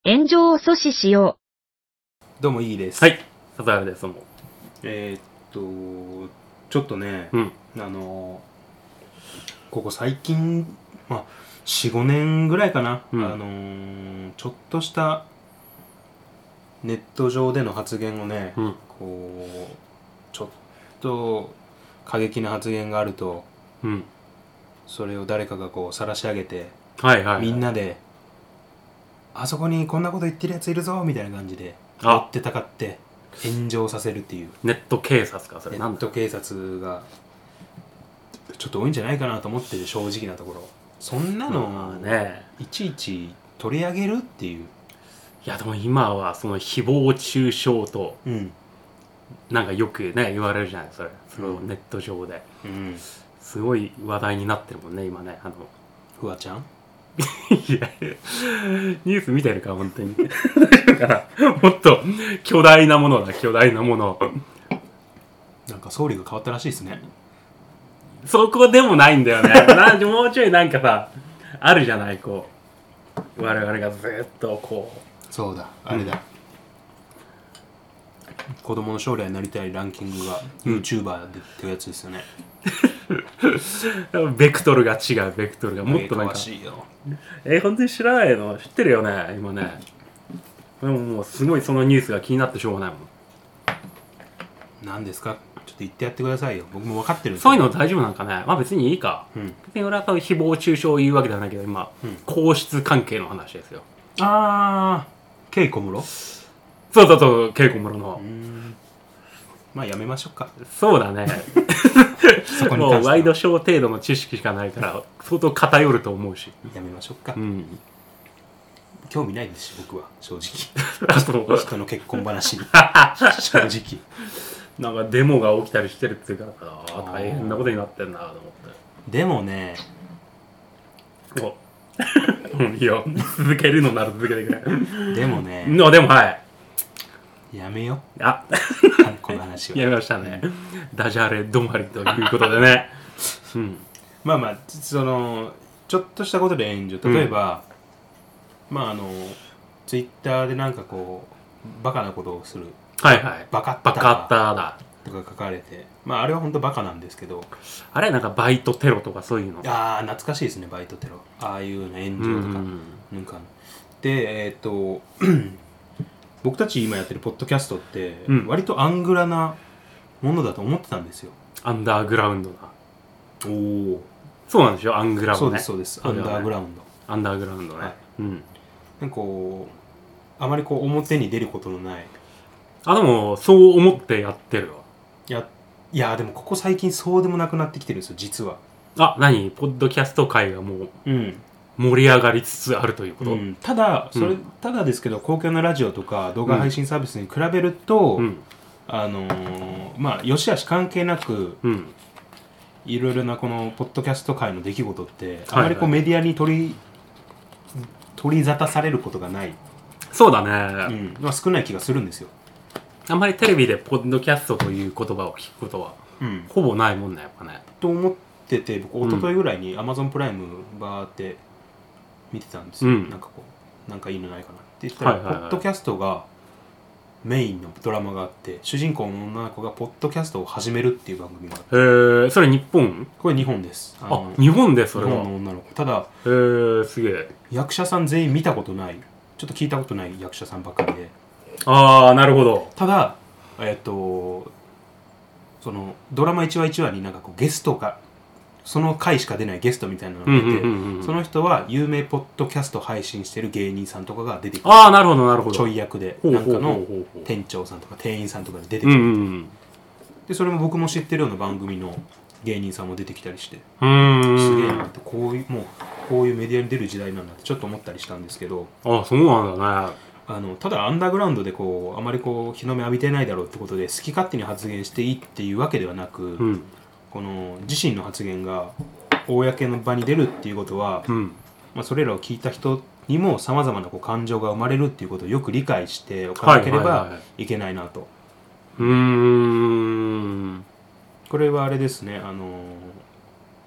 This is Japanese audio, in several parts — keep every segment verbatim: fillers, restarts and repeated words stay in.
炎上を阻止しよう。どうもいいです。 はい、笹原です。どうも。 えー、っとちょっとね、 うん、 あのここ最近、まあ、よん、ごねんぐらいかな、うん、あのー、ちょっとしたネット上での発言をね、うん、こうちょっと過激な発言があると、うん、それを誰かがこう晒し上げて、はいはいはい、みんなであそこにこんなこと言ってるやついるぞみたいな感じで追ってたかって炎上させるっていう。 ネット警察か、それ。 ネット警察がちょっと多いんじゃないかなと思ってる、正直なところ。そんなのね、いちいち取り上げるっていう。 いやでも今はその誹謗中傷と、うん、なんかよくね言われるじゃない、それ、そのネット上で、うん、すごい話題になってるもんね今ね。あのフワちゃんいやニュース見てるか本当に大丈夫かな。もっと巨大なものだ、巨大なもの。 なんか総理が変わったらしいですね。 そこでもないんだよね。なんでもうちょいなんかさあるじゃない、こう我々がずっとこう。 そうだ、あれだ、うん、子供の将来になりたいランキングが YouTuber でっていうやつですよね。 ベクトルが違う、ベクトルがもっとなんか、えー、本当に知らないの？知ってるよね今ね。でももうすごいそのニュースが気になってしょうがないもん。 何ですか？ちょっと言ってやってくださいよ。僕も分かってるんですそういうの大丈夫なんかね。まあ別にいいか、うん、別に俺は誹謗中傷を言うわけではないけど今、うん、皇室関係の話ですよ。 あー、ケイコムロ？ そうそうそう、ケイコムロの。うーん、 まあやめましょうか。 そうだね。そこにもうワイドショー程度の知識しかないから相当偏ると思うし。 やめましょうか。 うん、 興味ないですし僕は正直。人の結婚話に正直。 なんかデモが起きたりしてるっていうから、大変なことになってんなと思って。 でもね、 おいいよ、続けるのなら続けてくれ。 でもね、 のでもはいやめよう。 あこの話はやめましたね。ダジャレ止まりということでね。うん、 まあまあそのちょっとしたことで炎上、例えば、うん、まああのツイッターでなんかこうバカなことをする、 はいはい、 バカッターバカッターだとか書かれて、まああれは本当バカなんですけど、 あれなんかバイトテロとかそういうの。 ああ懐かしいですね、バイトテロ。ああいうの炎上とか、うん、なんかでえっ、ー、と僕たち今やってるポッドキャストって割とアングラなものだと思ってたんですよ。 アンダーグラウンドだ。 おお、 そうなんでしょ、アングラウンドね。 そうですそうです、アンダーグラウンド、 アンダーグラウンドね、はい、うん、 なんかこうあまりこう表に出ることのない。 あ、でもそう思ってやってるわ。 いやいやでもここ最近そうでもなくなってきてるんですよ実は。 あ、何？ポッドキャスト界がもう、うん、盛り上がりつつあるということ、うん、 ただそれ、うん、ただですけど公共のラジオとか動画配信サービスに比べると、うん、あのー、まあ良し悪し関係なく、うん、いろいろなこのポッドキャスト界の出来事ってあまりこうメディアに取り取り沙汰されることがない。 そうだね、 うん、まあ、少ない気がするんですよ。あんまりテレビでポッドキャストという言葉を聞くことは、うん、ほぼないもんね、やっぱね。 と思ってて、僕一昨日ぐらいに Amazon プライムバーって見てたんですよ、うん、なんかこうなんかいいのないかなって言ったら、はいはいはい、ポッドキャストがメインのドラマがあって、主人公の女の子がポッドキャストを始めるっていう番組があって。 へえ、それ日本？ これ日本です。 ああ、日本でそれは。 日本の女の子。ただ、 へー、すげえ。 役者さん全員見たことない、ちょっと聞いたことない役者さんばっかりで。 ああ、なるほど。 ただえっとそのドラマいちわいちわになんかこうゲストがその回しか出ないゲストみたいなのが出て、うんうんうんうん、その人は有名ポッドキャスト配信してる芸人さんとかが出てきて、 ああ、なるほどなるほど、 ちょい役でなんかの店長さんとか店員さんとかで出てきて、うんうんうん、でそれも僕も知ってるような番組の芸人さんも出てきたりして、うーん、すげえなって、こういうもうこういうメディアに出る時代なんだってちょっと思ったりしたんですけど。 ああ、そうなんだね。 あのただアンダーグラウンドでこうあまりこう日の目浴びてないだろうってことで好き勝手に発言していいっていうわけではなく、うん、この自身の発言が公の場に出るっていうことは、うん、まあ、それらを聞いた人にもさまざまなこう感情が生まれるっていうことをよく理解しておかなければいけないなと。うーん、これはあれですね、あの、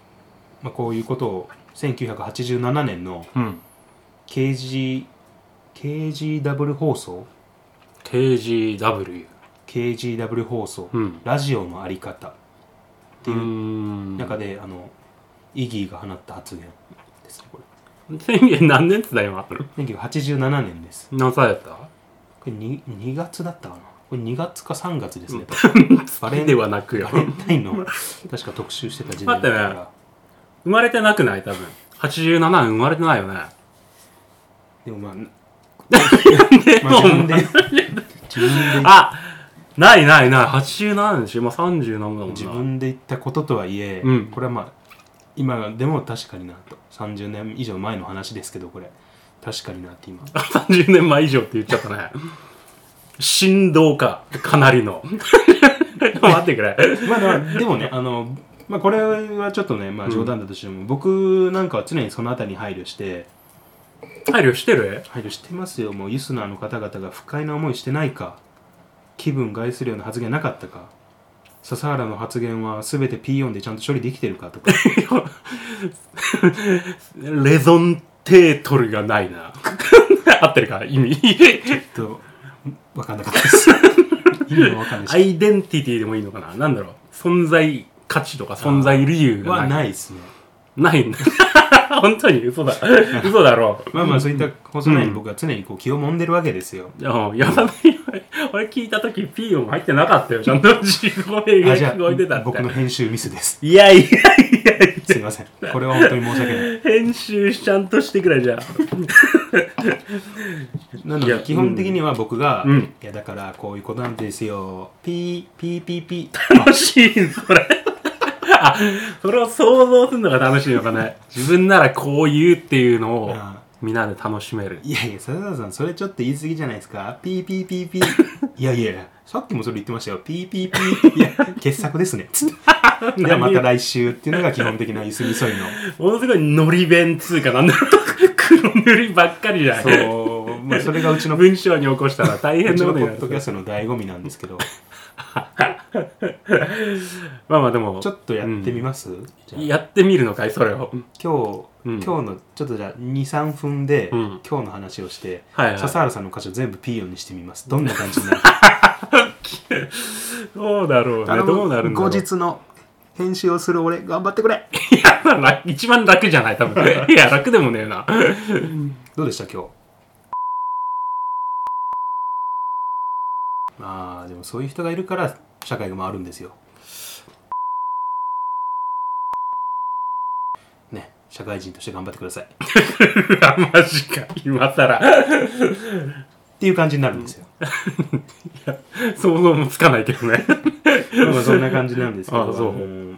まあ、こういうことをせんきゅうひゃくはちじゅうななねんの刑事ケージーダブリュー 放送ケージーダブリューケージーダブリュー 放送、 うん、 ラジオのあり方っていう中であのイギーが放った発言ですね。これせんきゅうひゃく何年って言った今せんきゅうひゃくはちじゅうななねんです。 何歳だった？これ 2, にがつだったかな。これにがつかさんがつですね。 バレンではなくよ。 バレンタインの確か特集してた時代だから。待ってね、 生まれてなくない？多分はちじゅうななねん生まれてないよね。 でもまあまあ自分で自分であ、ないないないはちじゅうななねんでしょ。今さんじゅうななだもんな。 自分で言ったこととはいえ、 うん、 これはまあ今でも確かになとさんじゅうねん以上前の話ですけど、これ確かになって今さんじゅうねんまえ以上って言っちゃったね。振動かかなりの待ってくれ。 まあでもね、あのまあこれはちょっとね、まあ冗談だとしても、うん、僕なんかは常にそのあたりに配慮して配慮してる？ 配慮してますよ。もうユスナーの方々が不快な思いしてないか、気分害するような発言なかったか、笹原の発言は全て ピーよん でちゃんと処理できてるかとかレゾンテートルがないな合ってるか意味ちょっと分かんなかったです意味も分かんないし、 アイデンティティでもいいのかな、なんだろう、存在価値とか存在理由がない。 はないですね。 ないんだ本当に嘘だ嘘だろうまあまあそういった細内に僕は常にこう気を揉んでるわけですよ。 いややばい、俺聞いた時 P 音入ってなかったよ。ちゃんと地声が聞こえてたって。 僕の編集ミスです。 いやいやいやいやすいません、これは本当に申し訳ない。 編集ちゃんとしてくれじゃあなので基本的には僕が、 うん、 いやだからこういうことなんですよ、ピーピーピーピー楽しいそれあ、それを想像するのが楽しいのかね。自分ならこう言うっていうのをみんなで楽しめる。 いやいや、笹田さんそれちょっと言い過ぎじゃないですか。ピーピーピーピーいやいやさっきもそれ言ってましたよ。ピーピーピーいや傑作ですねつってではまた来週っていうのが基本的なゆすみそいのものすごいのり弁つうかなんだろう黒塗りばっかりじゃない。 そう、まあ、それがうちの文章に起こしたら大変なことになる。 うちのポッドキャストの醍醐味なんですけどまあまあでもちょっとやってみます、うん、 じゃあやってみるのかいそれを。 今日、うん、今日のちょっとじゃあ にさんぷんで、うん、今日の話をして、はいはい、笹原さんの箇所全部 ピー 音にしてみます。どんな感じになるどうだろうね。どうなるんだろう。 後日の編集をする俺頑張ってくれ。 いや一番楽じゃない多分いや楽でもねえなどうでした今日。ああでもそういう人がいるから社会が回るんですよね。社会人として頑張ってくださいマジか今更っていう感じになるんですよいや想像もつかないけどねまあそんな感じなんですけど、 ああそう、 あのー、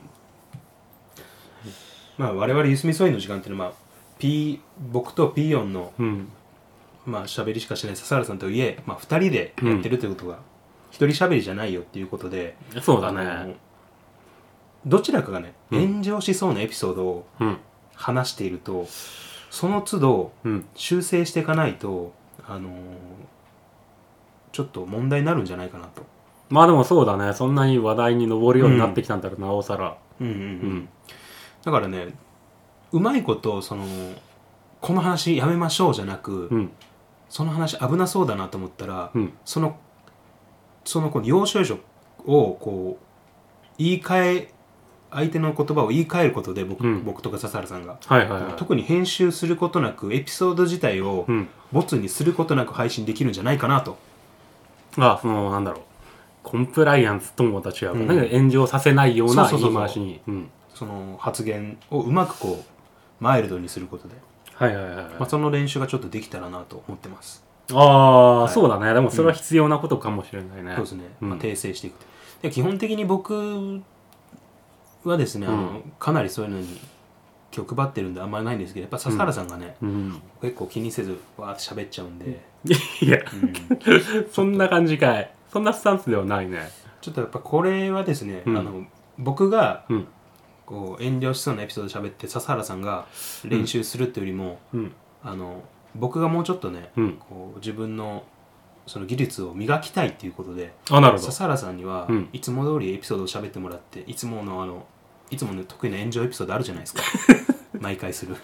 まあ我々ゆすみそいの時間っていうのは、まあ、P 僕と ピーよん の、うん、まあ喋りしかしない笹原さんといえ、まあ、ふたりでやってるということが、うん、一人喋りじゃないよっていうことで、 そうだね、 どちらかがね、うん、炎上しそうなエピソードを話していると、その都度修正していかないと、あのー、ちょっと問題になるんじゃないかなと。 まあでもそうだね、そんなに話題に上るようになってきたんだろうな、うん、おさら。 うんうんうん。うん、だからね、うまいことそのこの話やめましょうじゃなく、うん、その話危なそうだなと思ったら、うん、そのそのこの要所要所をこう言い換え相手の言葉を言い換えることで 僕,、うん、僕とか笹原さんが、はいはいはい、特に編集することなくエピソード自体をボツにすることなく配信できるんじゃないかなと。 ああ、そのなんだろう、コンプライアンスともまた違う、うん、なんか炎上させないような言い回しに、 その発言をうまくこうマイルドにすることで、 はいはいはいはい、 まあ、その練習がちょっとできたらなと思ってます。 ああ、はい、そうだね。でもそれは必要なことかもしれないね。 うん、そうですね、まあ、訂正していく。で基本的に僕はですね、うん、あのかなりそういうのに気を配ってるんであんまりないんですけど、やっぱ笹原さんがね、うん、結構気にせずわーって喋っちゃうんで、 いや、うん、そんな感じかい。そんなスタンスではないね。 ちょっとやっぱこれはですね、うん、あの僕が、うん、こう遠慮しそうなエピソード喋って笹原さんが練習するっていうよりも、うん、あの僕がもうちょっとね、うん、こう自分のその技術を磨きたいっていうことで、 あ、なるほど、 笹原さんには、うん、いつも通りエピソードを喋ってもらって、いつものあのいつもの得意な炎上エピソードあるじゃないですか毎回する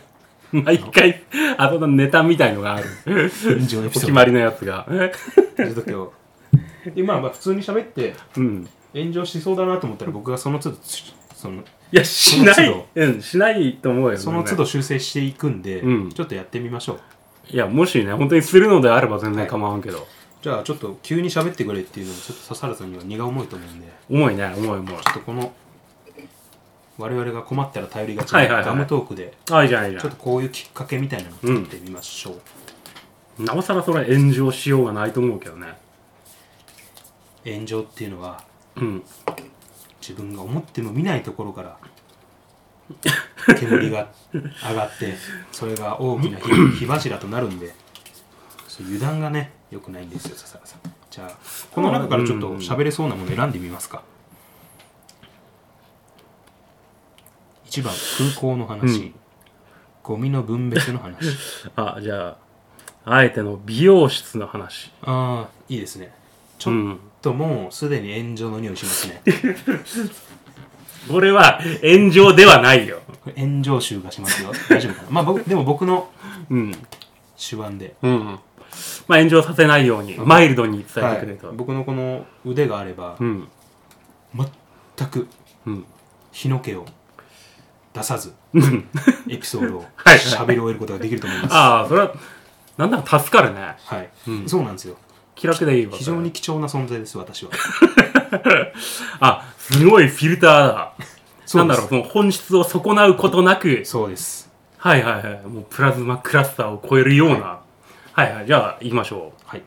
毎回あとのネタみたいのがある炎上エピソードお決まりのやつがちょっと今日今まあ普通に喋ってうん炎上しそうだなと思ったら僕がその都度そのいやしなそのいうんしないと思うよその都度修正していくんで、 うんちょっとやってみましょう。 いやもしね本当にするのであれば全然構わんけど、はい、 じゃあちょっと急に喋ってくれっていうのもちょっと笹原さんには荷が重いと思うんで、 重いね重い重い。 ちょっとこの我々が困ったら頼りがちなはいはいはいガムトークで、 あいいじゃんいいじゃん。 ちょっとこういうきっかけみたいなのを作ってみましょう。 なおさらそれ炎上しようがないと思うけどね。 炎上っていうのはうん自分が思っても見ないところから煙が上がってそれが大きな 火, 火柱となるんで、そう油断がね良くないんですよ笹原さん。じゃあこの中からちょっと喋れそうなもの選んでみますか。いちばん空港の話、うん、ゴミの分別の話あじゃああえての美容室の話。 ああいいですね。ちょっともうすでに炎上の匂いしますねこれは炎上ではないよ。 炎上臭がしますよ。大丈夫かな。まあ僕でも僕の手腕で、 うんうんまあ、炎上させないようにマイルドに伝えてくれと、 はい、僕のこの腕があれば、うん、全く火の気を出さず、うん、エピソードを喋り終えることができると思います。 ああそれはなんだか助かるね。 はい、うん、そうなんですよ。 気楽でいいわ。 非常に貴重な存在です私はあすごいフィルターだなんだろうその本質を損なうことなく。 そうです。 はいはいはいもうプラズマクラスターを超えるような、はい、はいはいじゃあ行きましょう。 はい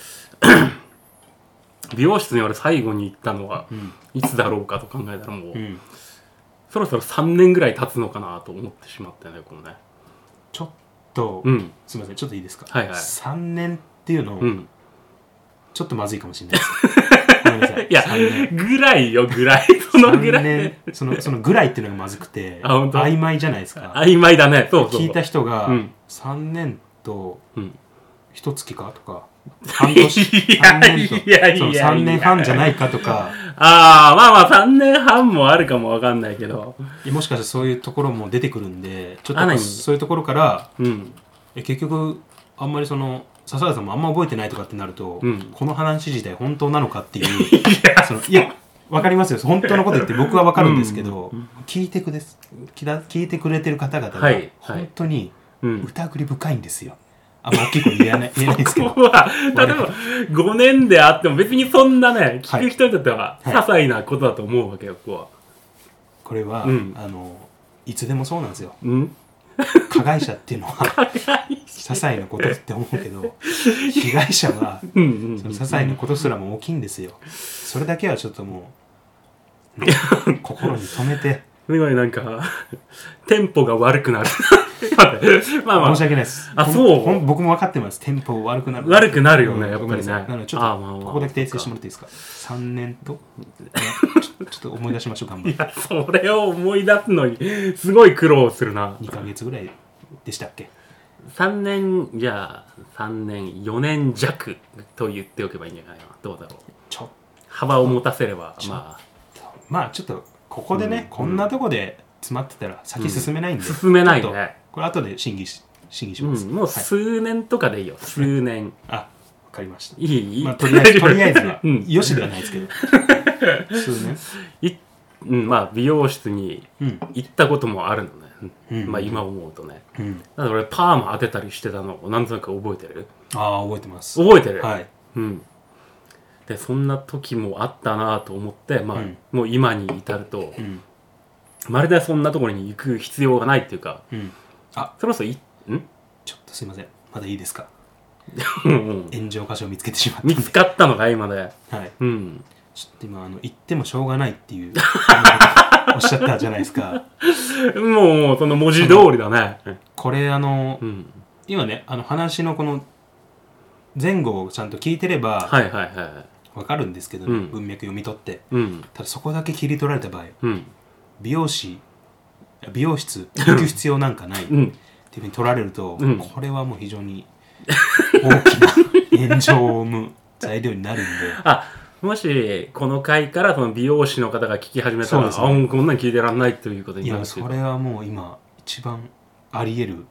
美容室に俺最後に行ったのは、うん、いつだろうかと考えたらもう、うん、そろそろさんねんぐらい経つのかなと思ってしまってねこのねちょっと、うん、すみませんちょっといいですか。 はいはいさんねんっていうのを、うん、ちょっとまずいかもしれないですごめんなさい。 いやぐらいよぐらいそのぐらいそのそのぐらいっていうのがまずくて曖昧じゃないですか。 曖昧だね。そうそう聞いた人が、うん、さんねんとひとつきかとか半年さんねんといやいやいやさんねんはんじゃないかとかああまあまあさんねんはんもあるかもわかんないけどもしかしたらそういうところも出てくるんでちょっとそういうところから、うん、え結局あんまりその笹原さんもあんま覚えてないとかってなると、うん、この話自体本当なのかっていういやそのいやわかりますよ本当のこと言って僕はわかるんですけど、うん、聞いてくです聞いてくれてる方々が本当に疑り深いんですよ。あんま大きい声言えない言えないですけどここは例えばごねんであっても別にそんなね聞く人にとっては些細なことだと思うわけよ。ここはこれは、うん、あのいつでもそうなんですよ、うん、加害者っていうのは些細なことって思うけど被害者はその些細なことすらも大きいんですよ。それだけはちょっともう、ね、心に留めてすごいなんかテンポが悪くなるまあまあ申し訳ないです。 あそう僕も分かってます。テンポ悪くなる悪くなるよね、うん、やっぱりね。 なのでちょっとここだけ訂正してもらっていいですか。さんねんと、ね、ちょっと思い出しましょう。頑張って。 いやそれを思い出すのにすごい苦労するな。 にかげつぐらいでしたっけ。 さんねんじゃあさんねんよねん弱と言っておけばいいんじゃないかな。どうだろう。 ちょ幅を持たせればまあまあちょっとここでね、うん、こんなとこで詰まってたら先進めないんで、 うん、進めないね。 これ後で審議し審議します、 うん、もう数年とかでいいよ、はい、数年あ、わかりました。 いい、 まあ、とりあえずとりあえずは、うん、よしではないですけど数年い、うん、まあ美容室に行ったこともあるのね、うん、まあ今思うとね、うん、だから俺パーマ当てたりしてたのを何となく覚えてる。 ああ覚えてます。 覚えてる。 はい、 うん、でそんな時もあったなと思って、まあ、うん、もう今に至ると、うん、まるでそんなところに行く必要がないっていうか、うん、あそろそろいんちょっとすいませんまだいいですかうん、炎上箇所を見つけてしまったんで見つかったのか今で、 はい、うん、ちょっと今あの言ってもしょうがないっていうおっしゃったじゃないですかもうその文字通りだね。 これあの、うん、今ねあの話のこの前後をちゃんと聞いてればはいはいはい分かるんですけど、ね、うん、文脈読み取って、うん、ただそこだけ切り取られた場合、うん、美容師美容室行く必要なんかない、うん、っていうふうに取られると、うん、これはもう非常に大きな炎上を生む材料になるんであもしこの回からその美容師の方が聞き始めたら、ね、あこんなん聞いてらんないということになる。 いやそれはもう今一番あり得る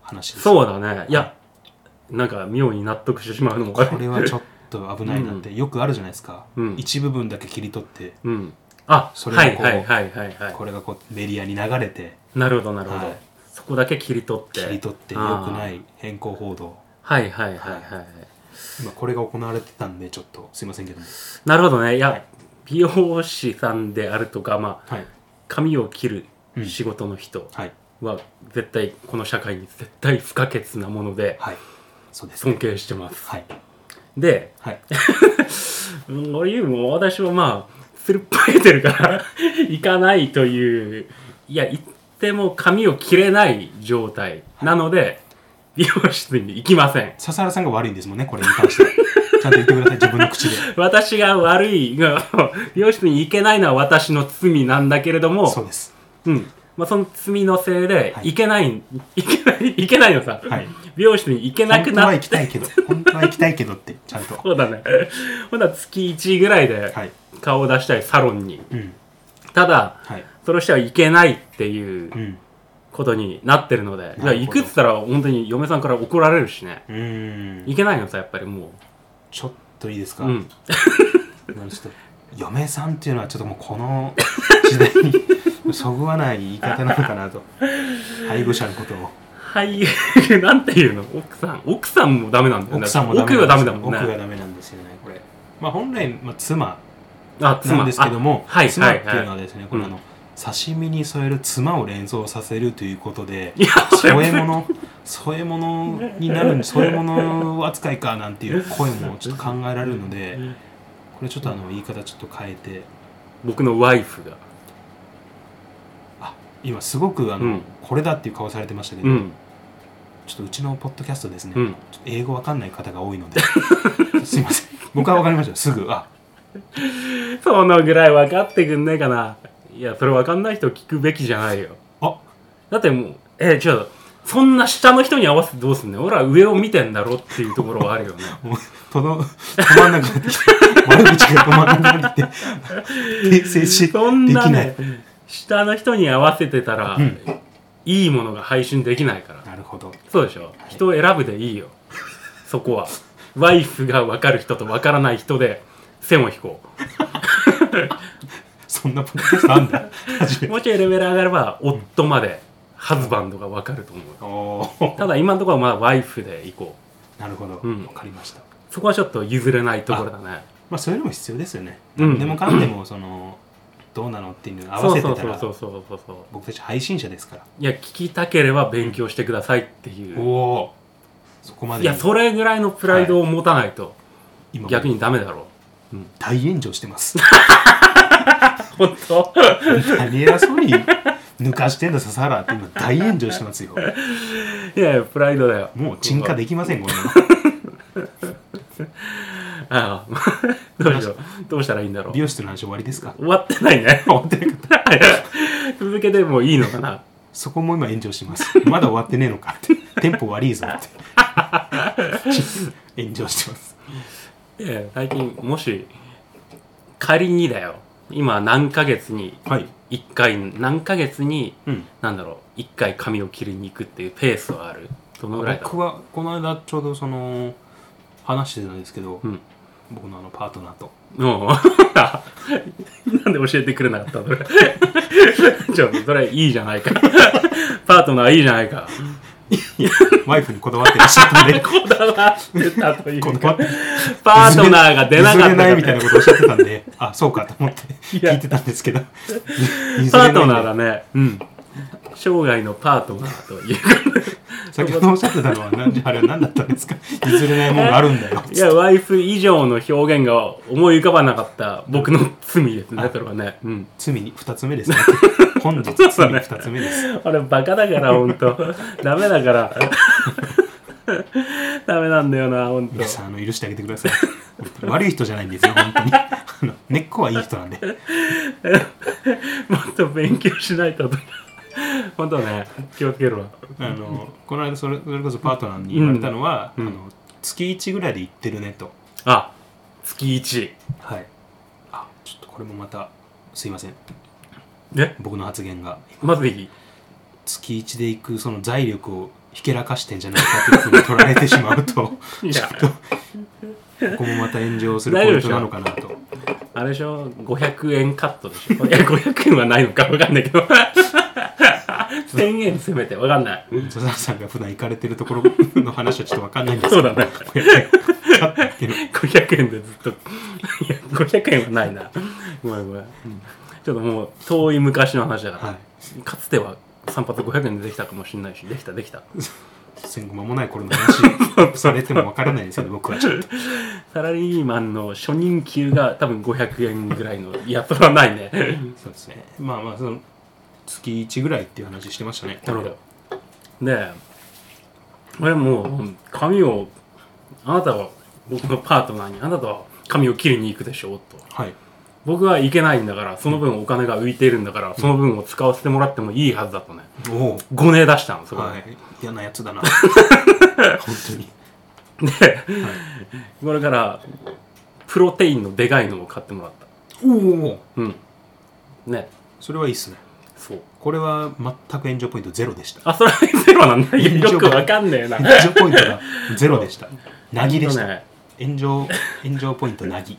話です。 そうだね。いや、はい、なんか妙に納得してしまうのもこれはちょっと危ないなって、うん、よくあるじゃないですか、うん、一部分だけ切り取って、 うん、あ、それがこう、はいはいはいはい、 これがこうメディアに流れて、 なるほどなるほど、はい、そこだけ切り取って切り取ってよくない変更報道、 はいはいはいはい、はい、 今これが行われてたんでちょっとすいませんけども。 なるほどね。いや、はい、美容師さんであるとか、まあ、はい、髪を切る仕事の人は絶対この社会に絶対不可欠なもので、はい、そうですね、尊敬してます、はい、で、はい、俺言うも私はまあつるっぱげてるから行かないという、いや行っても髪を切れない状態なので、はい、美容室に行きません。 笹原さんが悪いんですもんね、これに関しては。ちゃんと言ってください、自分の口で。 私が悪い、美容室に行けないのは私の罪なんだけれども、 そうです。 うん。まあ、その罪のせいで、行けない、はい、行けない、行けないのさ。はい、美容室に行けなくなって。本当は行きたいけど、本当は行きたいけどって、ちゃんと。 そうだね。ほんなら月いちぐらいで顔を出したい、サロンに。うん、ただ、はい、それをしては行けないっていう、うんことになってるので、いや行くっつったら本当に嫁さんから怒られるしね。うーん、行けないのさ、やっぱりもう。 ちょっといいですか、うん、ちょっと嫁さんっていうのはちょっともうこの時代にそぐわない言い方なのかなと。配偶者のことを配偶なんていうの、奥さん奥さんもダメなんだよね。 奥さんもダメ奥がダメだもんね。 奥がダメなんですよね、これ。まあ本来、まあ、妻なんですけども、 はい、 妻っていうのはですね、はいはい、これあの、うん、刺身に添える妻を連想させるということで、添え物添え物になる添え物扱いかなんていう声もちょっと考えられるので、これちょっとあの言い方ちょっと変えて、 僕のワイフがあ今すごくあの、うん、これだっていう顔されてましたけど、うん、ちょっとうちのポッドキャストですね、うん、ちょっと英語わかんない方が多いのですいません、僕はわかりましたすぐ。あそのぐらい分かってくんねえかな。いや、それ分かんない人聞くべきじゃないよ。あだってもう、え、違う、そんな下の人に合わせてどうすんねん。俺は上を見てんだろっていうところはあるよね。もう、 とど、止まんなくなってきて、悪口が止まんなくなってきて、訂正し、 そんなね、下の人に合わせてたら、うん、いいものが配信できないから。 なるほど。 そうでしょ。はい、人を選ぶでいいよ。そこは。ワイフが分かる人と分からない人で、線を引こう。 そんなポッドキャストあんだ。 もうちょいレベル上がれば夫までハズバンドが分かると思う、うん、ただ今のところはまあワイフでいこう。なるほど、うん、分かりました。 そこはちょっと譲れないところだね。 あ、まあそういうのも必要ですよね、うん、でもかんでもそのどうなのっていうのを合わせてたら僕たち配信者ですから、 いや聞きたければ勉強してくださいっていう、うん、おおそこまで。いやそれぐらいのプライドを持たないと逆にダメだろう、うん、 大炎上してます本当何偉そうに抜かしてんだ笹原って今大炎上してますよ。 いやいやプライドだよ。 もう沈下できませんこんなのああどうしようどうしたらいいんだろう。 美容室の話終わりですか。 終わってないね。 終わってなかった続けてもいいのかな。 そこも今炎上してます。まだ終わってねえのかってテンポ悪いぞって炎上してます。 いや最近もし仮にだよ、今何ヶ月にいっかい、はい、何ヶ月に、うん、なんだろういっかい髪を切りに行くっていうペースはある。どのぐらいだ。 僕はこの間ちょうどその話してたんですけど、うん、僕のあのパートナーとなんで教えてくれなかったのちょっとそれいいじゃないかパートナーいいじゃないかワイフにこだわってらっしゃったんでこだわってたというかパートナーが出なかったから、ね、譲れないみたいなことをおっしゃってたんであそうかと思って聞いてたんですけどパートナーだね、うん、生涯のパートナーという先ほどおっしゃってたのは何あれは何だったんですか。譲れないものがあるんだよ。 いやワイフ以上の表現が思い浮かばなかった僕の罪ですね。それはね、うん、 罪にふたつめですね本日罪ふたつめです。 俺バカだから本当ダメだからダメなんだよな本当。 皆さんあの許してあげてください悪い人じゃないんですよ本当にあの根っこはいい人なんでもっと勉強しないと本当ね気をつけるわ。 あのこの間それ、それこそパートナーに言われたのは、うん、あの月いちぐらいで行ってるねと。 あ月いち、 はい。あちょっとこれもまたすいませんえ僕の発言がまずいい月いちで行くその財力をひけらかしてんじゃないかっていうふうに取られてしまうとちょっとここもまた炎上するポイントなのかなと。 あれでしょ、ごひゃくえんカットでしょ。いやごひゃくえんはないのか分かんないけどせんえんせめて分かんない。 佐々さんが普段行かれてるところの話はちょっと分かんないんですけどそうだねごひゃくえんでずっといやごひゃくえんはないなごめんごめん、うん、ちょっともう遠い昔の話だから、はい、かつては散髪ごひゃくえんでできたかもしれないし、できたできた戦後間もない頃の話されても分からないですよね僕はちょっとサラリーマンの初任給が多分ごひゃくえんぐらいの、いやそれはないねそうですね、まあまあその月いちぐらいっていう話してましたね。 なるほど。で俺もう髪を、あなたは僕のパートナーにあなたは髪を切りに行くでしょうと、はい、僕は行けないんだからその分お金が浮いているんだから、うん、その分を使わせてもらってもいいはずだとね、おごね出したのそこで、はい、 嫌なやつだな本当にで、はい、これからプロテインのでかいのを買ってもらった。おお、うんね、 それはいいっすね。そうこれは全く炎上ポイントゼロでした。 あ、それはゼロなんだ。よくわかんねえな。 炎上ポイントがゼロでした。なぎでした、ね、炎上炎上ポイントなぎ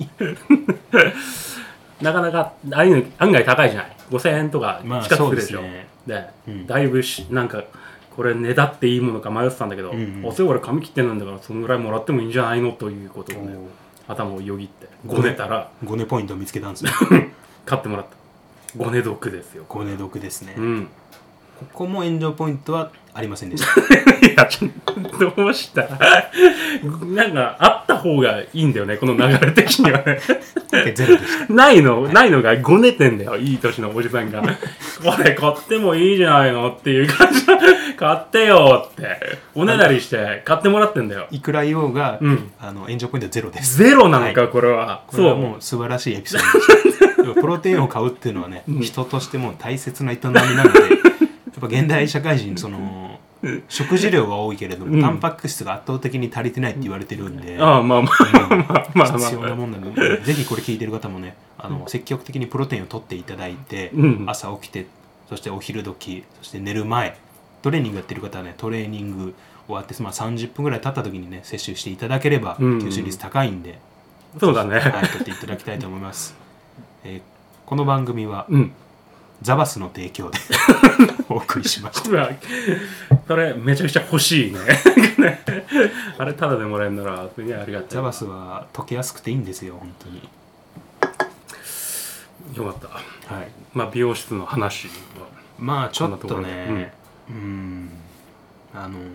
なかなかああいうの案外高いじゃない。ごせんえんとか近くするでしょ、まあ、で、ねでうん、だいぶしなんかこれねだっていいものか迷ってたんだけど、うんうん、おせ俺髪切ってんだからそのぐらいもらってもいいんじゃないのということをね頭をよぎってごねたらごねポイントを見つけたんですね買ってもらった。ごね毒ですよ。 ごね毒ですね、うん、ここも炎上ポイントはありませんでしたいやちょっとどうしたなんかあった方がいいんだよねこの流れ的にはねゼロでしたないの、はい、ないのがごねてんだよ。いい年のおじさんがこれ買ってもいいじゃないのっていう感じ買ってよっておねだりして買ってもらってんだよ。 いくら言おうが、うん、あの炎上ポイントはゼロです。 ゼロなのか、はい、これはこれはもう素晴らしいエピソードでしたプロテインを買うっていうのはね、うん、人としても大切な営みなのでやっぱ現代社会人その食事量が多いけれども、うん、タンパク質が圧倒的に足りてないって言われてるんで、 ああまあまあまあまあ必要なもんなのでぜひこれ聞いてる方もねあの積極的にプロテインを取っていただいて、うん、朝起きてそしてお昼時そして寝る前トレーニングやってる方はねトレーニング終わって、まあ、さんじゅっぷんぐらい経った時にね摂取していただければ吸収率高いんで、 うん、そうだね、 はい、取っていただきたいと思いますえー、この番組は、うん、ザバスの提供でお送りしましたそれめちゃくちゃ欲しいねあれタダでもらえるならすげえありがたい。 ザバスは溶けやすくていいんですよ本当に。 よかった、はい、まあ美容室の話はまあちょっとねうん、うんあのー、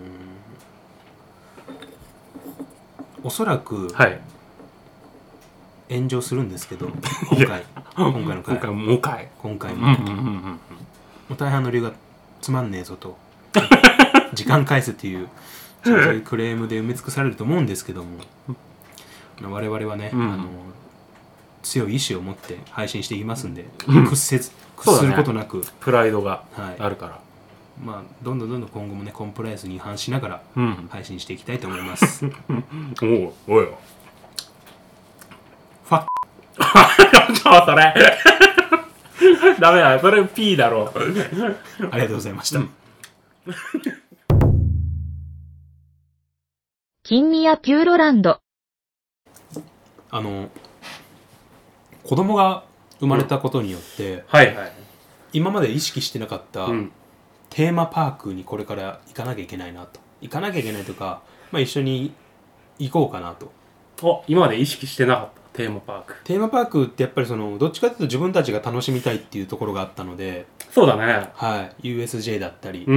おそらく、はい炎上するんですけど今回今回の回今回もう一回今回も、うんうんうんうん、もう大半の理由がつまんねえぞと時間返すっていうそういうクレームで埋め尽くされると思うんですけども我々はね、うん、あの強い意志を持って配信していきますんで、うん、屈せず屈することなく、ね、 プライドがあるから、はい、 まあどんどんどんどん今後もねコンプライアンスに違反しながら配信していきたいと思います、うん、 おうおいよファッそれダメだそれ P だろありがとうございました、うん、 金宮ピューロランドあの子供が生まれたことによって、うんはいはい、 今まで意識してなかった、うん、テーマパークにこれから行かなきゃいけないなと行かなきゃいけないとか、まあ、一緒に行こうかなと。 お今まで意識してなかったテーマパーク。 テーマパークってやっぱりそのどっちかというと自分たちが楽しみたいっていうところがあったので。 そうだね、 はい、ユーエスジェー だったり、うん、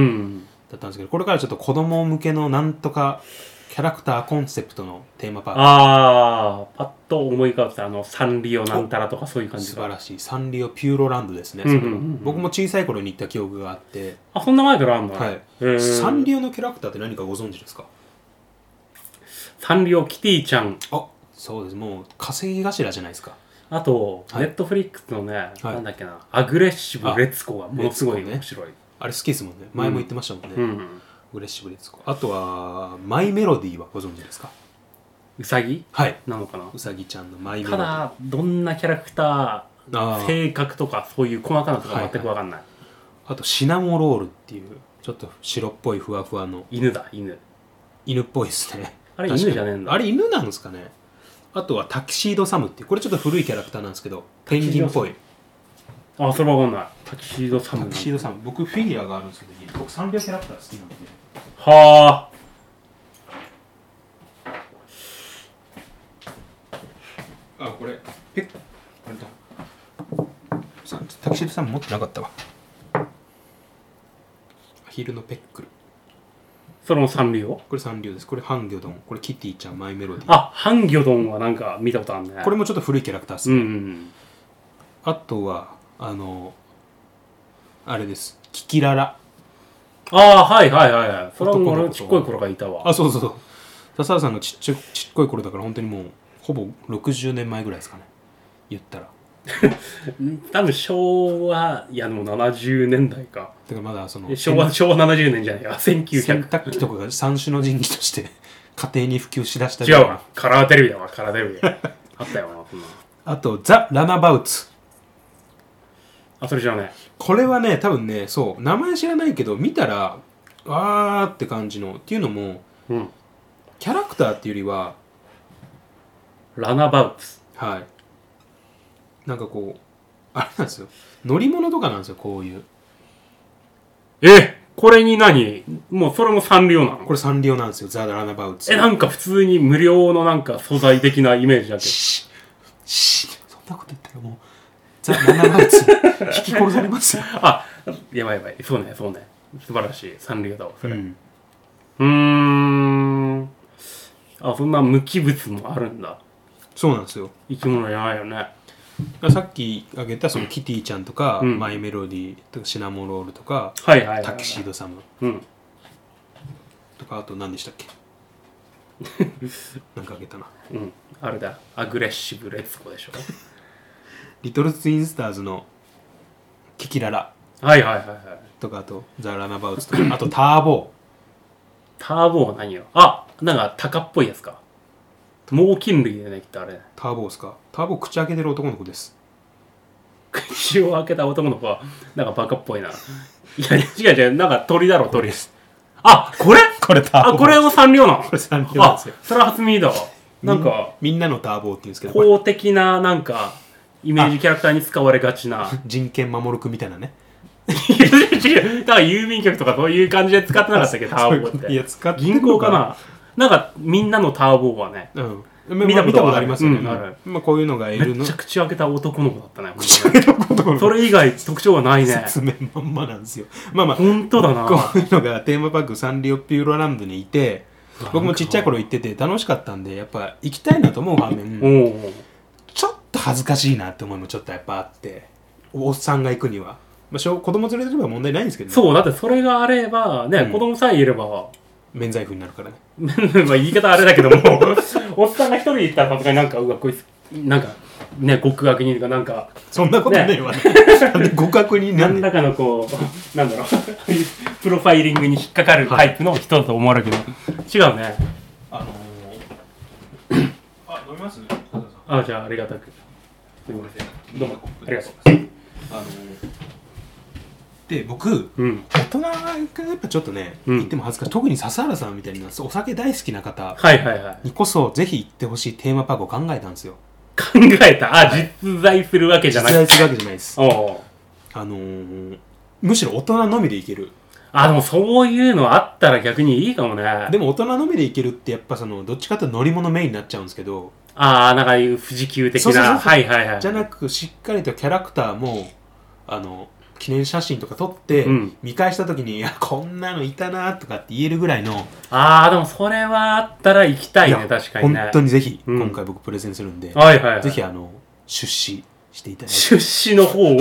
だったんですけどこれからちょっと子供向けのなんとかキャラクターコンセプトのテーマパーク。 ああパッと思い浮かべたあのサンリオなんたらとかそういう感じ。 素晴らしいサンリオピューロランドですね、うんうんうんうん、僕も小さい頃に行った記憶があって。 あそんな前からあるんだ、 はい、サンリオのキャラクターって何かご存知ですか。 サンリオキティちゃん。 あそうですもう稼ぎ頭じゃないですか。 あと、はい、ネットフリックスのね、はい、なんだっけなアグレッシブレツコがものすごい面白い、ね、 あれ好きですもんね前も言ってましたもんね、うんうん、アグレッシブレツコ。あとはマイメロディーはご存知ですか。 ウサギ、 はい、 なのかな。 ウサギちゃんのマイメロディー。 ただどんなキャラクター性格とかそういう細かなところ全く分かんない、はいはい、 あとシナモロールっていうちょっと白っぽいふわふわの犬だ犬犬っぽいですね。 あれ犬じゃねえんだ。 あれ犬なんですかね。あとはタキシードサムっていうこれちょっと古いキャラクターなんですけどペンギンっぽい。 あ、それわかんない。タキシードサム。 タキシードサム僕フィギュアがあるんですけど僕サンリオキャラクター好きなんで。 はあ。あこれペッこれだタキシードサム持ってなかったわ。アヒルのペックル。 それもサンリオ？ これサンリオです。これハンギョドン。これキティちゃんマイメロディー。 あ、ハンギョドンはなんか見たことあるね。 これもちょっと古いキャラクターですね。 うんうん、 あとはあのあれですキキララ。 ああはいはいはいはい。それはもう俺ちっこい頃からいたわ。 あそうそうそう。笹原さんがちっちゃちっこい頃だから本当にもうほぼろくじゅうねんまえぐらいですかね言ったら。 多分昭和いやでもななじゅうねんだいか。 だからまだその昭和昭和ななじゅうねんじゃないか。せんきゅうひゃく。 洗濯機とかが三種の神器として家庭に普及しだした違うわ。カラーテレビだわカラーテレビ。あったよなそんな。 あとザ・ラナバウツ。 あそれ知らない。 これはね多分ねそう名前知らないけど見たらわーって感じのっていうのも、 うん、 キャラクターっていうよりはラナバウツはいなんかこうあれなんですよ乗り物とかなんですよこういう。 えこれに何もうそれもサンリオなの？ これサンリオなんですよザ・ラナバウツ。 えなんか普通に無料のなんか素材的なイメージだけど。 シッシッそんなこと言ったらもうザ・ラナバウツ引き殺されますよ。 あやばいやばいそうねそうね素晴らしいサンリオだわそれ。 うんうーんあそんな無機物もあるんだ。 そうなんですよ。 生き物じゃないよね。 さっき挙げたそのキティちゃんとか、うん、マイメロディーとかシナモロールとか、 はいはいはいはい、 タキシードサム、 うん、 とかあと何でしたっけなんか挙げたな。 うんあれだアグレッシブレツコでしょリトルツインスターズのキキララはいはいはいはいとかあとザ・ラナバウツとかあとターボーターボーは何よ。あなんかタカっぽいやつか。猛禽類でねきっとあれ。 ターボーですか。ターボー口開けてる男の子です。 口を開けた男の子はなんかバカっぽいな。いや違う違うなんか鳥だろ鳥です。あこれこれターボー。 あこれもサンリオなの。 これサンリオなんですよ。 あそれは初耳だわ。なんかみんなのターボーって言うんですけど公的ななんかイメージキャラクターに使われがちな人権守るくみたいなね。 いや違うだから郵便局とかそういう感じで使ってなかったっけターボーって。 いや使って銀行かな。なんかみんなのターボーはね、 うん、見たことありますよね、うんうん、 まあ、こういうのがいるのめっちゃ口開けた男の子だったねそれ以外特徴はないね。 説明まんまなんですよ。まあまあ本当だな。 こういうのがテーマパークサンリオピューロランドにいて僕もちっちゃい頃行ってて楽しかったんでやっぱ行きたいなと思う反面おちょっと恥ずかしいなって思いもちょっとやっぱあっておっさんが行くには、まあ、子供連れてれば問題ないんですけどね。 そうだってそれがあればね、うん、子供さえいれば免罪符になるからねまあ言い方あれだけどもおっさんが一人で行ったらさすがになんかうわこいつなんかね極悪人とかなんかそんなことねえわね極悪人なんだかのこうなんだろうプロファイリングに引っかかるタイプの人だと思われるけど、はい、違うね。 あのー、あ飲みますね。 あじゃあありがたくすみませんどうもありがとうございます。あのーで僕、うん、大人がやっぱちょっとね、うん、言っても恥ずかしい特に笹原さんみたいなお酒大好きな方にこそぜひ行ってほしいテーマパークを考えたんですよ。 考えたあ、はい、実在するわけじゃない。 実在するわけじゃないです。おあのー、むしろ大人のみで行ける。 あでもそういうのあったら逆にいいかもね。 でも大人のみで行けるってやっぱそのどっちかというと乗り物メインになっちゃうんですけどああなんかいう富士急的なはいはいはいじゃなくしっかりとキャラクターもあの記念写真とか撮って、うん、見返した時にいやこんなのいたなとかって言えるぐらいのああでもそれはあったら行きたいね。確かにね本当にぜひ、うん、今回僕プレゼンするんで、 はいはいはい、 ぜひあの出資していただいて出資の方を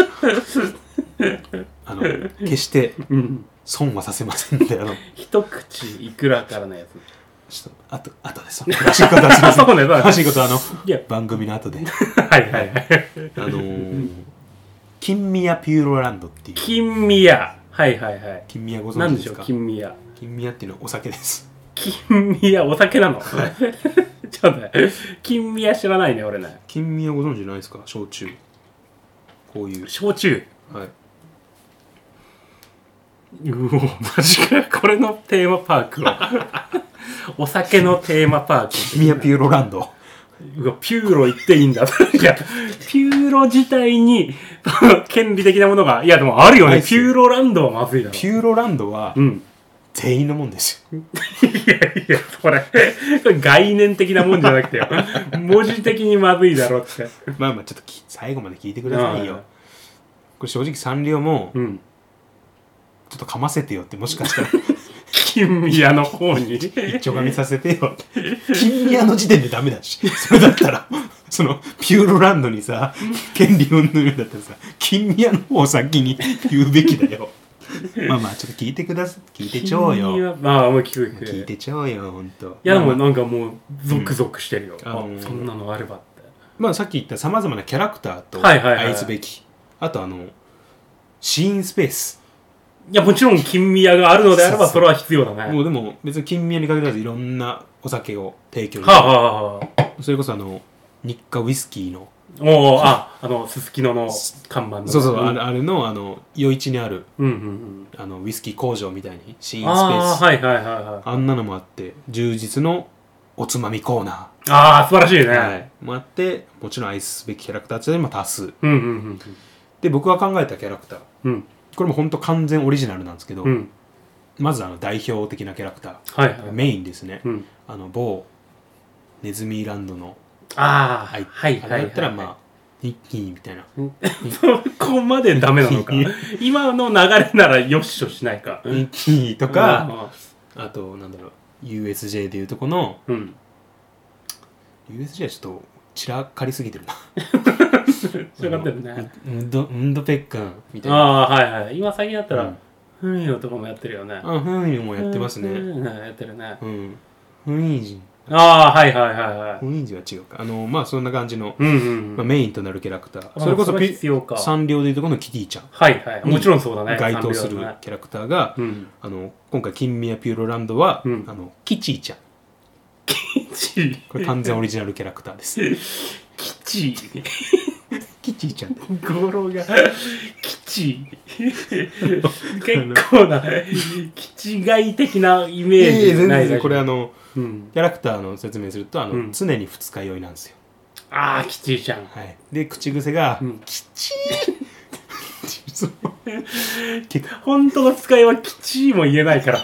あの決して損はさせませんであの一口いくらからのやつちょっとあとあとです詳しいことはすいませんそうね詳しいことはあの番組の後ではいはいはいあのー金宮ピューロランドっていう金宮はいはいはい金宮ご存知ですか。 何でしょう金宮金宮っていうのはお酒です。 金宮お酒なのちょっとね金宮知らないね俺ね。 金宮ご存知ないですか。焼酎こういう焼酎はいうおマジかこれのテーマパークはお酒のテーマパーク君はピューロランドうわピューロ言っていいんだいやピューロ自体に権利的なものがいやでもあるよねピューロランドはまずいだろピューロランドは、うん、全員のもんですよいやいやこれこれ概念的なもんじゃなくてよ文字的にまずいだろってまあまあちょっと最後まで聞いてくださいよこれ正直サンリオも、うん、ちょっとかませてよってもしかしたら金宮の方に一丁噛みさせてよ金宮の時点でダメだしそれだったらそのピューロランドにさ権利を塗るんだったらさ金宮の方を先に言うべきだよまあまあちょっと聞いてください聞いてちょうよまあもう聞く聞いてちょうよほんといやでもなんかもうゾクゾクしてるよ、うん、ああそんなのあればってまあさっき言ったさまざまなキャラクターと愛すべき、あとあのシーンスペースいやもちろん金宮があるのであればそれは必要だねもうでも別に金宮に限らずいろんなお酒を提供して、はあはあはあ、 それこそあの日課ウイスキーのおおああのすすきのの看板のそうそう、うん、あれあれのあの余市にある、 うんうんうん、 あのウイスキー工場みたいにシーンスペースあ,、はいはいはいはい、 あんなのもあって充実のおつまみコーナーああ素晴らしいね、 はい、もあってもちろん愛すべきキャラクターでも多数、 うんうんうんうん、 で僕が考えたキャラクター、うん、これも本当完全オリジナルなんですけど、うん、まずあの代表的なキャラクター、はいはい、メインですね、うん、あの某ネズミランドのああはいはいはい、 あれだったらまあニッキーみたいなそこまでダメなのか今の流れならよっしょしないかニッキーとかあとなんだろう ユーエスジェー でいうとこの、うん、ユーエスジェー はちょっと散らかりすぎてるな散らかってるねウンド、ウンドペッカンみたいなああはいはい今最近だったらフンヨとかもやってるよねあフンヨもやってますねうんやってるねうんフンイージああはいはいはいはいフンイージは違うかあのまあそんな感じの、うんうんうんまあ、メインとなるキャラクターそれこそピサンリオでいうとこのキティちゃんはいはいもちろんそうだね該当するキャラクターが、ねうん、あの今回金宮ピューロランドは、うん、あのキチーちゃんキチーこれ完全オリジナルキャラクターですキチーキチーちゃん語呂がキチー結構なキチ外的なイメージないですこれあの、うん、キャラクターの説明するとあの、うん、常に二日酔いなんですよああキチーちゃん、 はい、で口癖が、うん、キチー本当の二日酔いはキチーも言えないから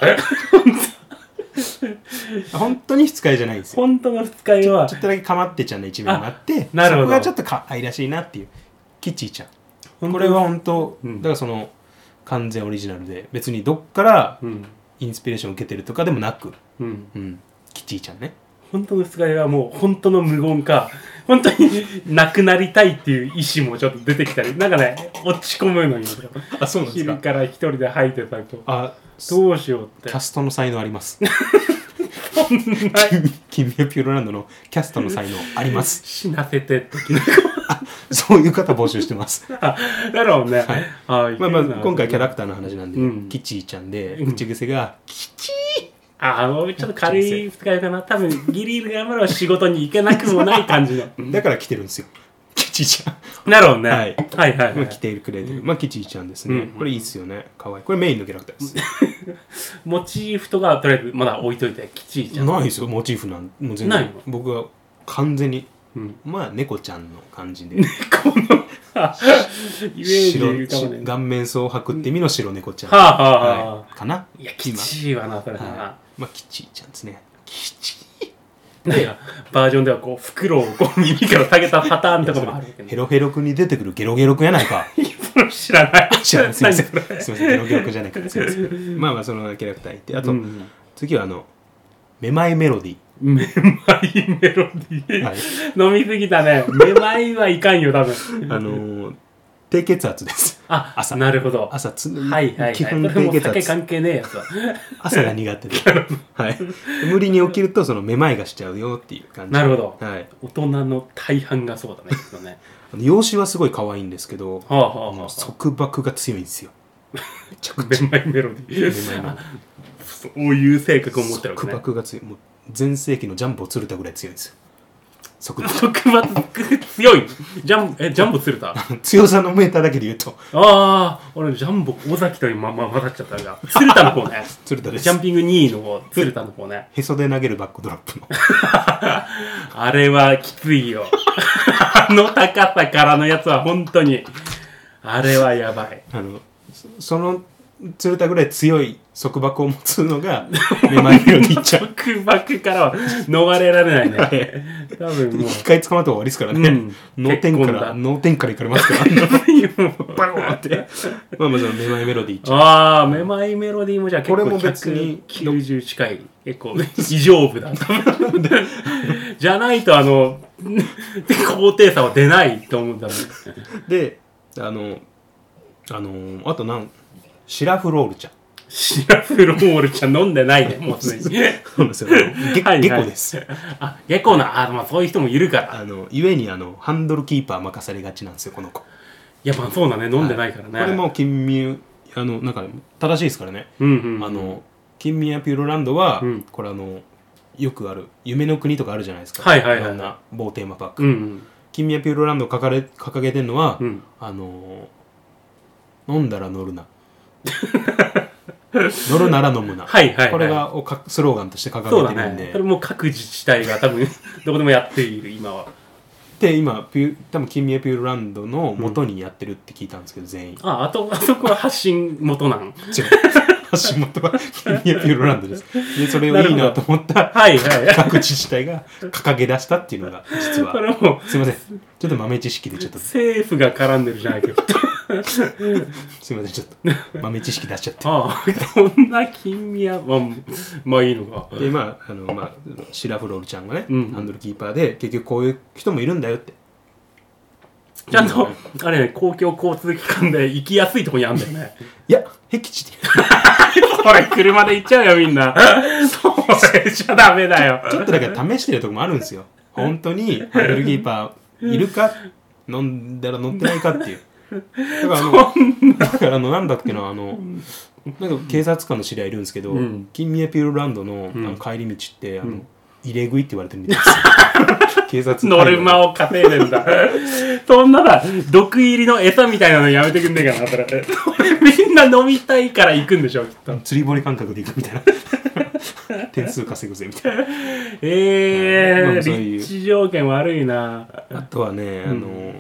本当に二日酔いじゃないんですよ本当の二日酔いはちょっとだけかまってちゃんの一面があってなるほどそこがちょっとか愛らしいなっていうキチーちゃんこれは本当、うん、だからその完全オリジナルで別にどっからインスピレーションを受けてるとかでもなく、うんうん、キチーちゃんね本当の二日酔いはもう本当の無言か本当になくなりたいっていう意思もちょっと出てきたりなんかね落ち込むのにあそうなんですか昼から一人で吐いてたとあどうしようってキャストの才能あります金宮ピューロランドのキャストの才能あります死なせて的なそういう方募集してますあだろうね、 はい、あまあまあ今回キャラクターの話なんで、うん、キチーちゃんで口癖が、うん、キチーああもうちょっと軽い使いかな多分ギリギリ頑張れば仕事に行けなくもない感じのだから来てるんですよキチーちゃんなるほどね、はい、 はいはいはい、まあ、来てくれてるまあキチーちゃんですね、うん、これいいっすよねかわいいこれメインのキャラクターですモチーフとかとりあえずまだ置いといてキチーちゃんないですよモチーフなんもう全然僕は完全に、うん、まあ猫ちゃんの感じで猫のイメージで言うかもね顔面蒼白って意味の白猫ちゃん、 はあはあ、 はい、かないやキチーはなそれはな、はい、 まあキチーちゃんですねキチーなんかバージョンではこう袋をこう耳から下げたパターンとかもあるけどヘロヘロくんに出てくるゲロゲロくんやないか知らない知らないすいませんすいませんゲロゲロくんじゃないかすいませんまあまあそのキャラクターいてあと、うん、次はあのめまいメロディめまいメロディー、はい、飲みすぎたねめまいはいかんよ多分あのー低血圧ですあ朝なるほど朝つはいはい、はい、基本低血圧酒関係ねえやつは朝が苦手で、はい、無理に起きるとそのめまいがしちゃうよっていう感じなるほど、 はい、 大人の大半がそうだねきっとね容姿はすごい可愛いんですけど、はあはあはあ、束縛が強いんですよめちゃくちゃめまいメロディーめまいそういう性格を持ってるわけね束縛が強いもう全盛期のジャンプを釣るたぐらい強いんですよ束縛束縛強いジャンえジャンボ鶴田強さのメーターだけで言うとああ俺ジャンボ尾崎というまま混ざっちゃったが鶴田の方ね鶴田ですジャンピングにいの方鶴田の方ねへそで投げるバックドロップのあれはきついよあの高さからのやつは本当にあれはやばいあのその鶴田ぐらい強い束縛を持つのがめまいメロディーちゃん束縛からは逃れられないね多分もう一回捕まったら終わりですからね、うん、脳天から脳天からいかれますからバコーってまあまあそのめまいメロディーちゃんああめまいメロディーもじゃあ結構これも別にひゃくきゅうじゅう近い結構異常部だじゃないとあの高低差は出ないと思うんだねであのあのあとなんシラフロールちゃんシラフロールちゃん飲んでないねもうすでにそうですよゲコですあゲコなあ、まあ、そういう人もいるからあのゆえにあのハンドルキーパー任されがちなんですよこの子いやまあそうだね飲んでないからね、 はい、これも金宮あのなんか正しいですからね、 うんうんうん、 あの金宮ピューロランドは、うん、これあのよくある夢の国とかあるじゃないですか、 はいはいはい、 いろんな某テーマパーク、 うんうん、 金宮ピューロランドを掲げ掲げてるのは、 うん、 あの飲んだら乗るな乗るなら飲むな、 はいはいはい、 これがをスローガンとして掲げてるんで、 ね、それも各自治体が多分どこでもやっている今はで今ピュ多分金宮ピューロランドの元にやってるって聞いたんですけど、うん、全員ああとあそこは発信元なん違う発信元は金宮ピューロランドですでそれをいいなと思ったはいはい、はい、 各自治体が掲げ出したっていうのが実はそれもすいませんちょっと豆知識でちょっと政府が絡んでるじゃないけどすいませんちょっと豆知識出しちゃってああそんな金宮まあまあいいのかでまああの、まあ、シラフロールちゃんがね、 うん、 ハンドルキーパーで結局こういう人もいるんだよってちゃんとあれね公共交通機関で行きやすいとこにあるんだよねいや僻地でこれ車で行っちゃうよみんなそれじゃダメだよちょっとだけ試してるとこもあるんですよ本当にハンドルキーパーいるか飲んだら乗ってないかっていうだからあのだからあのなんだっけなあのなんか警察官の知り合いいるんですけど、うん、金宮ピューロランド の, あの帰り道って、うん、あの入れ食いって言われてるみたいです警察ノルマを稼いでんだそんなだ毒入りの餌みたいなのやめてくんねえかなそれみんな飲みたいから行くんでしょきっと釣り堀感覚で行くみたいな点数稼ぐぜみたいなえー、まあ、立地条件悪いなあとはね、うん、あの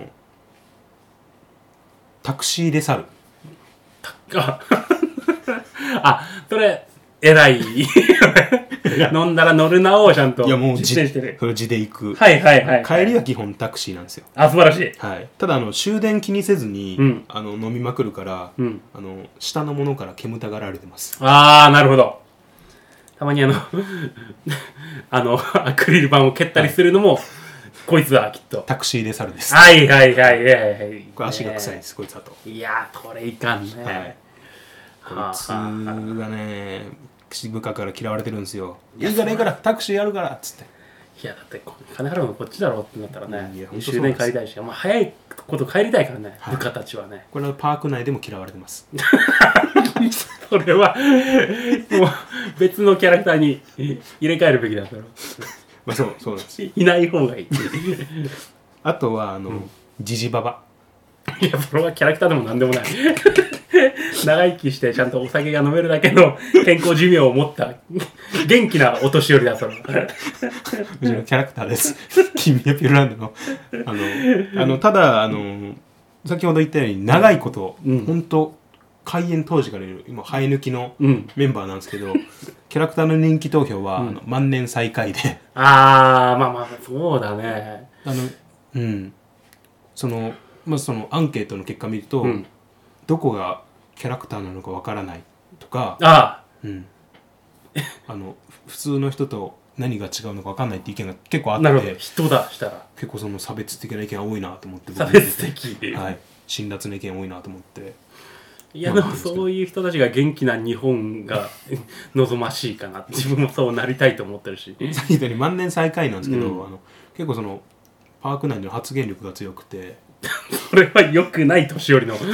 タクシーで去るああそれ偉い飲んだら乗るなをちゃんと実践してる。 それ字で行く、 はいはいはい、 帰りは基本タクシーなんですよ。 あ素晴らしい、 はい、ただあの終電気にせずに、うん、あの飲みまくるから、 うん、 あの下のものから煙たがられてます。 ああなるほど。たまにあのあのアクリル板を蹴ったりするのも、はい、こいつはきっとタクシーで猿です。 はいはいはいはいはいこれ足が臭いです、えー、こいつだと。 いやーこれいかんね、 はい、こいつがね口部下から嫌われてるんですよ。いやいいからいいからタクシーやるからっつって。 いやだって金払うのこっちだろってなったらね、終電帰りたいし、まあ、早いこと帰りたいからね、はい、部下たちはね。 これはパーク内でも嫌われてますそれはもう別のキャラクターに入れ替えるべきだろうまあそうそうなんです。 いない方がいいあとはあの、うん、ジジババ。 いやそれはキャラクターでもなんでもない長生きしてちゃんとお酒が飲めるだけの健康寿命を持った元気なお年寄りだそれはうちのキャラクターです金宮ピューロランドのあのあのただあの先ほど言ったように長いこと、うん、本当開演当時からいる今生え抜きのメンバーなんですけど、うん、キャラクターの人気投票は、うん、あの万年最下位でああまあまあそうだねあのうんそのまあそのアンケートの結果見ると、うん、どこがキャラクターなのかわからないとかああ、 うん、あの普通の人と何が違うのかわかんないって意見が結構あってなるほど人だしたら結構その差別的な意見が多いなと思って差別的はい辛辣な意見多いなと思っていやでもそういう人たちが元気な日本が望ましいかな自分もそうなりたいと思ってるしさっき言ったように万年最下位なんですけど、うん、あの結構そのパーク内での発言力が強くてそれは良くない年寄りのちょ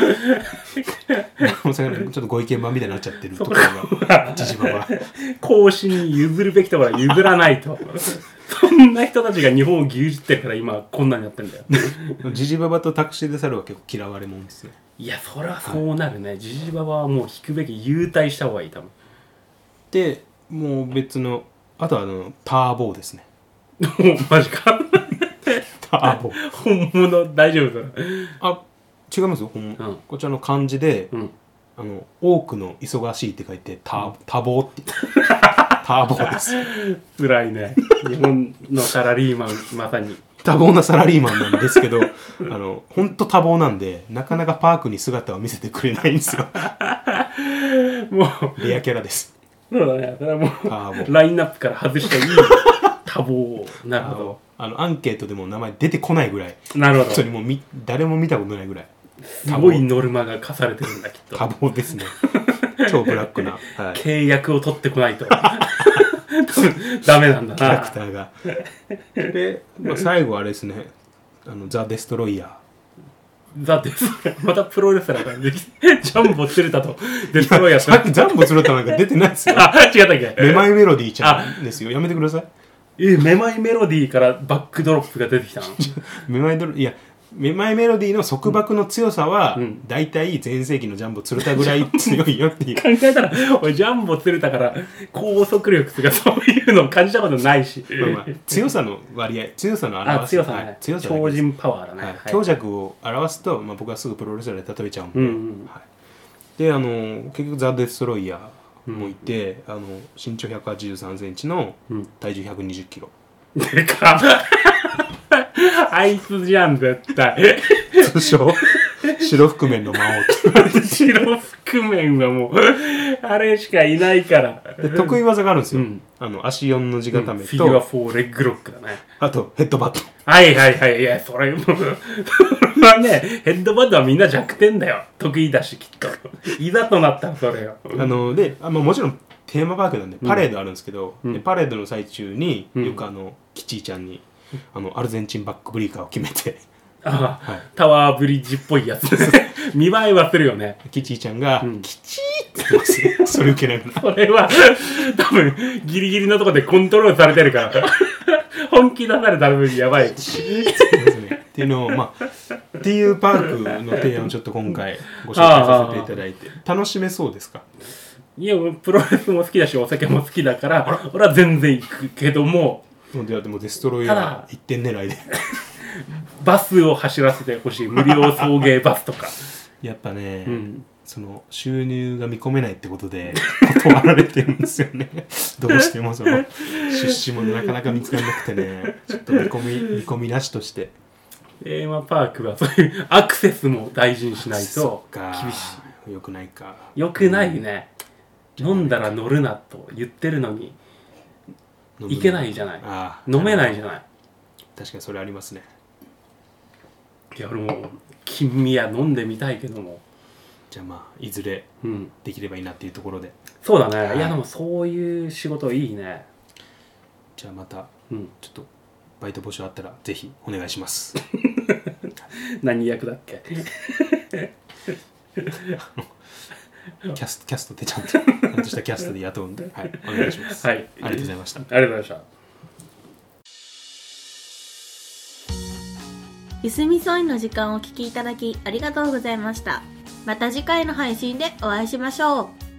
っとご意見番みたいになっちゃってるところがジジババ後進に譲るべきところは譲らないとそんな人たちが日本を牛耳ってるから今こんなになってんだよジジババとタクシーで猿は結構嫌われもんですね。 いやそりゃそうなるね、はい、ジジババはもう引くべき優待した方がいい多分。 でもう別のあとはあのターボーですねマジかターボー本物大丈夫それ。 あ違いますよ、うん、こちらの漢字で、うん、あの多くの忙しいって書いてター、うん、多忙ってターボーです。 辛いね日本のサラリーマンまさに多忙なサラリーマンなんですけどあの本当多忙なんでなかなかパークに姿を見せてくれないんですよもうレアキャラです。 そうだね、それはもうラインナップから外したいい多忙。なるほど。 あのアンケートでも名前出てこないぐらい。 なるほど。 本当にもうみ誰も見たことないぐらいすごいノルマが課されてるんだきっと。 多忙ですね超ブラックな、はい、 契約を取ってこないとダメなんだなキャラクターがで、まあ、最後あれですね、あのザ・デストロイヤーザ・デスまたプロレスラーができてジャンボ鶴田とデストロイヤーさっきジャンボ鶴田なんか出てないですよあ違ったっけ。 めまいメロディーちゃんですよ、やめてください。 えめまいメロディーからバックドロップが出てきたのめまいドロいやめまいメロディーの束縛の強さは、うん、だいたい全盛期のジャンボ鶴田ぐらい強いよっていう考えたら俺ジャンボ鶴田から高速力とかそういうのを感じたことないし、まあまあ、 強さの割合強さの表す強さ、ねはい、強さ超人パワーだね、 はいはい、強弱を表すと、まあ、僕はすぐプロレスラーで例えちゃうんで、うんうんはい、であの結局ザ・デストロイヤーもいて、うん、あの身長ひゃくはちじゅうさんセンチの体重ひゃくにじゅっキロ、 うん、でかっあいつじゃん絶対通称白覆面の魔王って言われて白覆面はもうあれしかいないからで得意技があるんですよ、うん、あの足よんの字固めと、うん、 フィギュアフォーレッグロックだね、 あとヘッドバット。 はいはいはい、いやそれもそれはねヘッドバットはみんな弱点だよ、得意だしきっといざとなったらそれよあのであ、まあ、もちろんテーマパークなんでパレードあるんですけど、うん、でパレードの最中によくあのキチーちゃんにあのアルゼンチンバックブリーカーを決めてああ、はい、タワーブリッジっぽいやつですね見栄えはするよね。 キチーちゃんが、うん、キチーって言ってますねそれ受けながらそれは多分ギリギリのところでコントロールされてるから本気出されたらやばいキチーっていうのをまあっていうパークの提案をちょっと今回ご紹介させていただいて楽しめそうですか。 いやプロレスも好きだしお酒も好きだから俺は全然行くけども、 でもデストロイヤーいってん狙いでバスを走らせてほしい、無料送迎バスとかやっぱね、うん、その収入が見込めないってことで断られてるんですよねどうしてもその出資もなかなか見つからなくてね、ちょっと見込み見込みなしとしてテーマパークはそういうアクセスも大事にしないと厳しい。よくないか。 よくないね、うん、飲んだら乗るなと言ってるのにいけないじゃない。あ飲めないじゃない。 確かにそれありますね。 いや俺も金宮飲んでみたいけども、 じゃあまあいずれできればいいなっていうところで、うん、 そうだね、はい、いやでもそういう仕事いいね。 じゃあまた、うん、ちょっとバイト募集あったらぜひお願いします何役だっけキャスト、キャストってちゃんとちゃんとしたキャストで雇うんで、はい、お願いします。はい、ありがとうございました。 ありがとうございました。 ゆすみそいの時間をお聞きいただきありがとうございました。また次回の配信でお会いしましょう。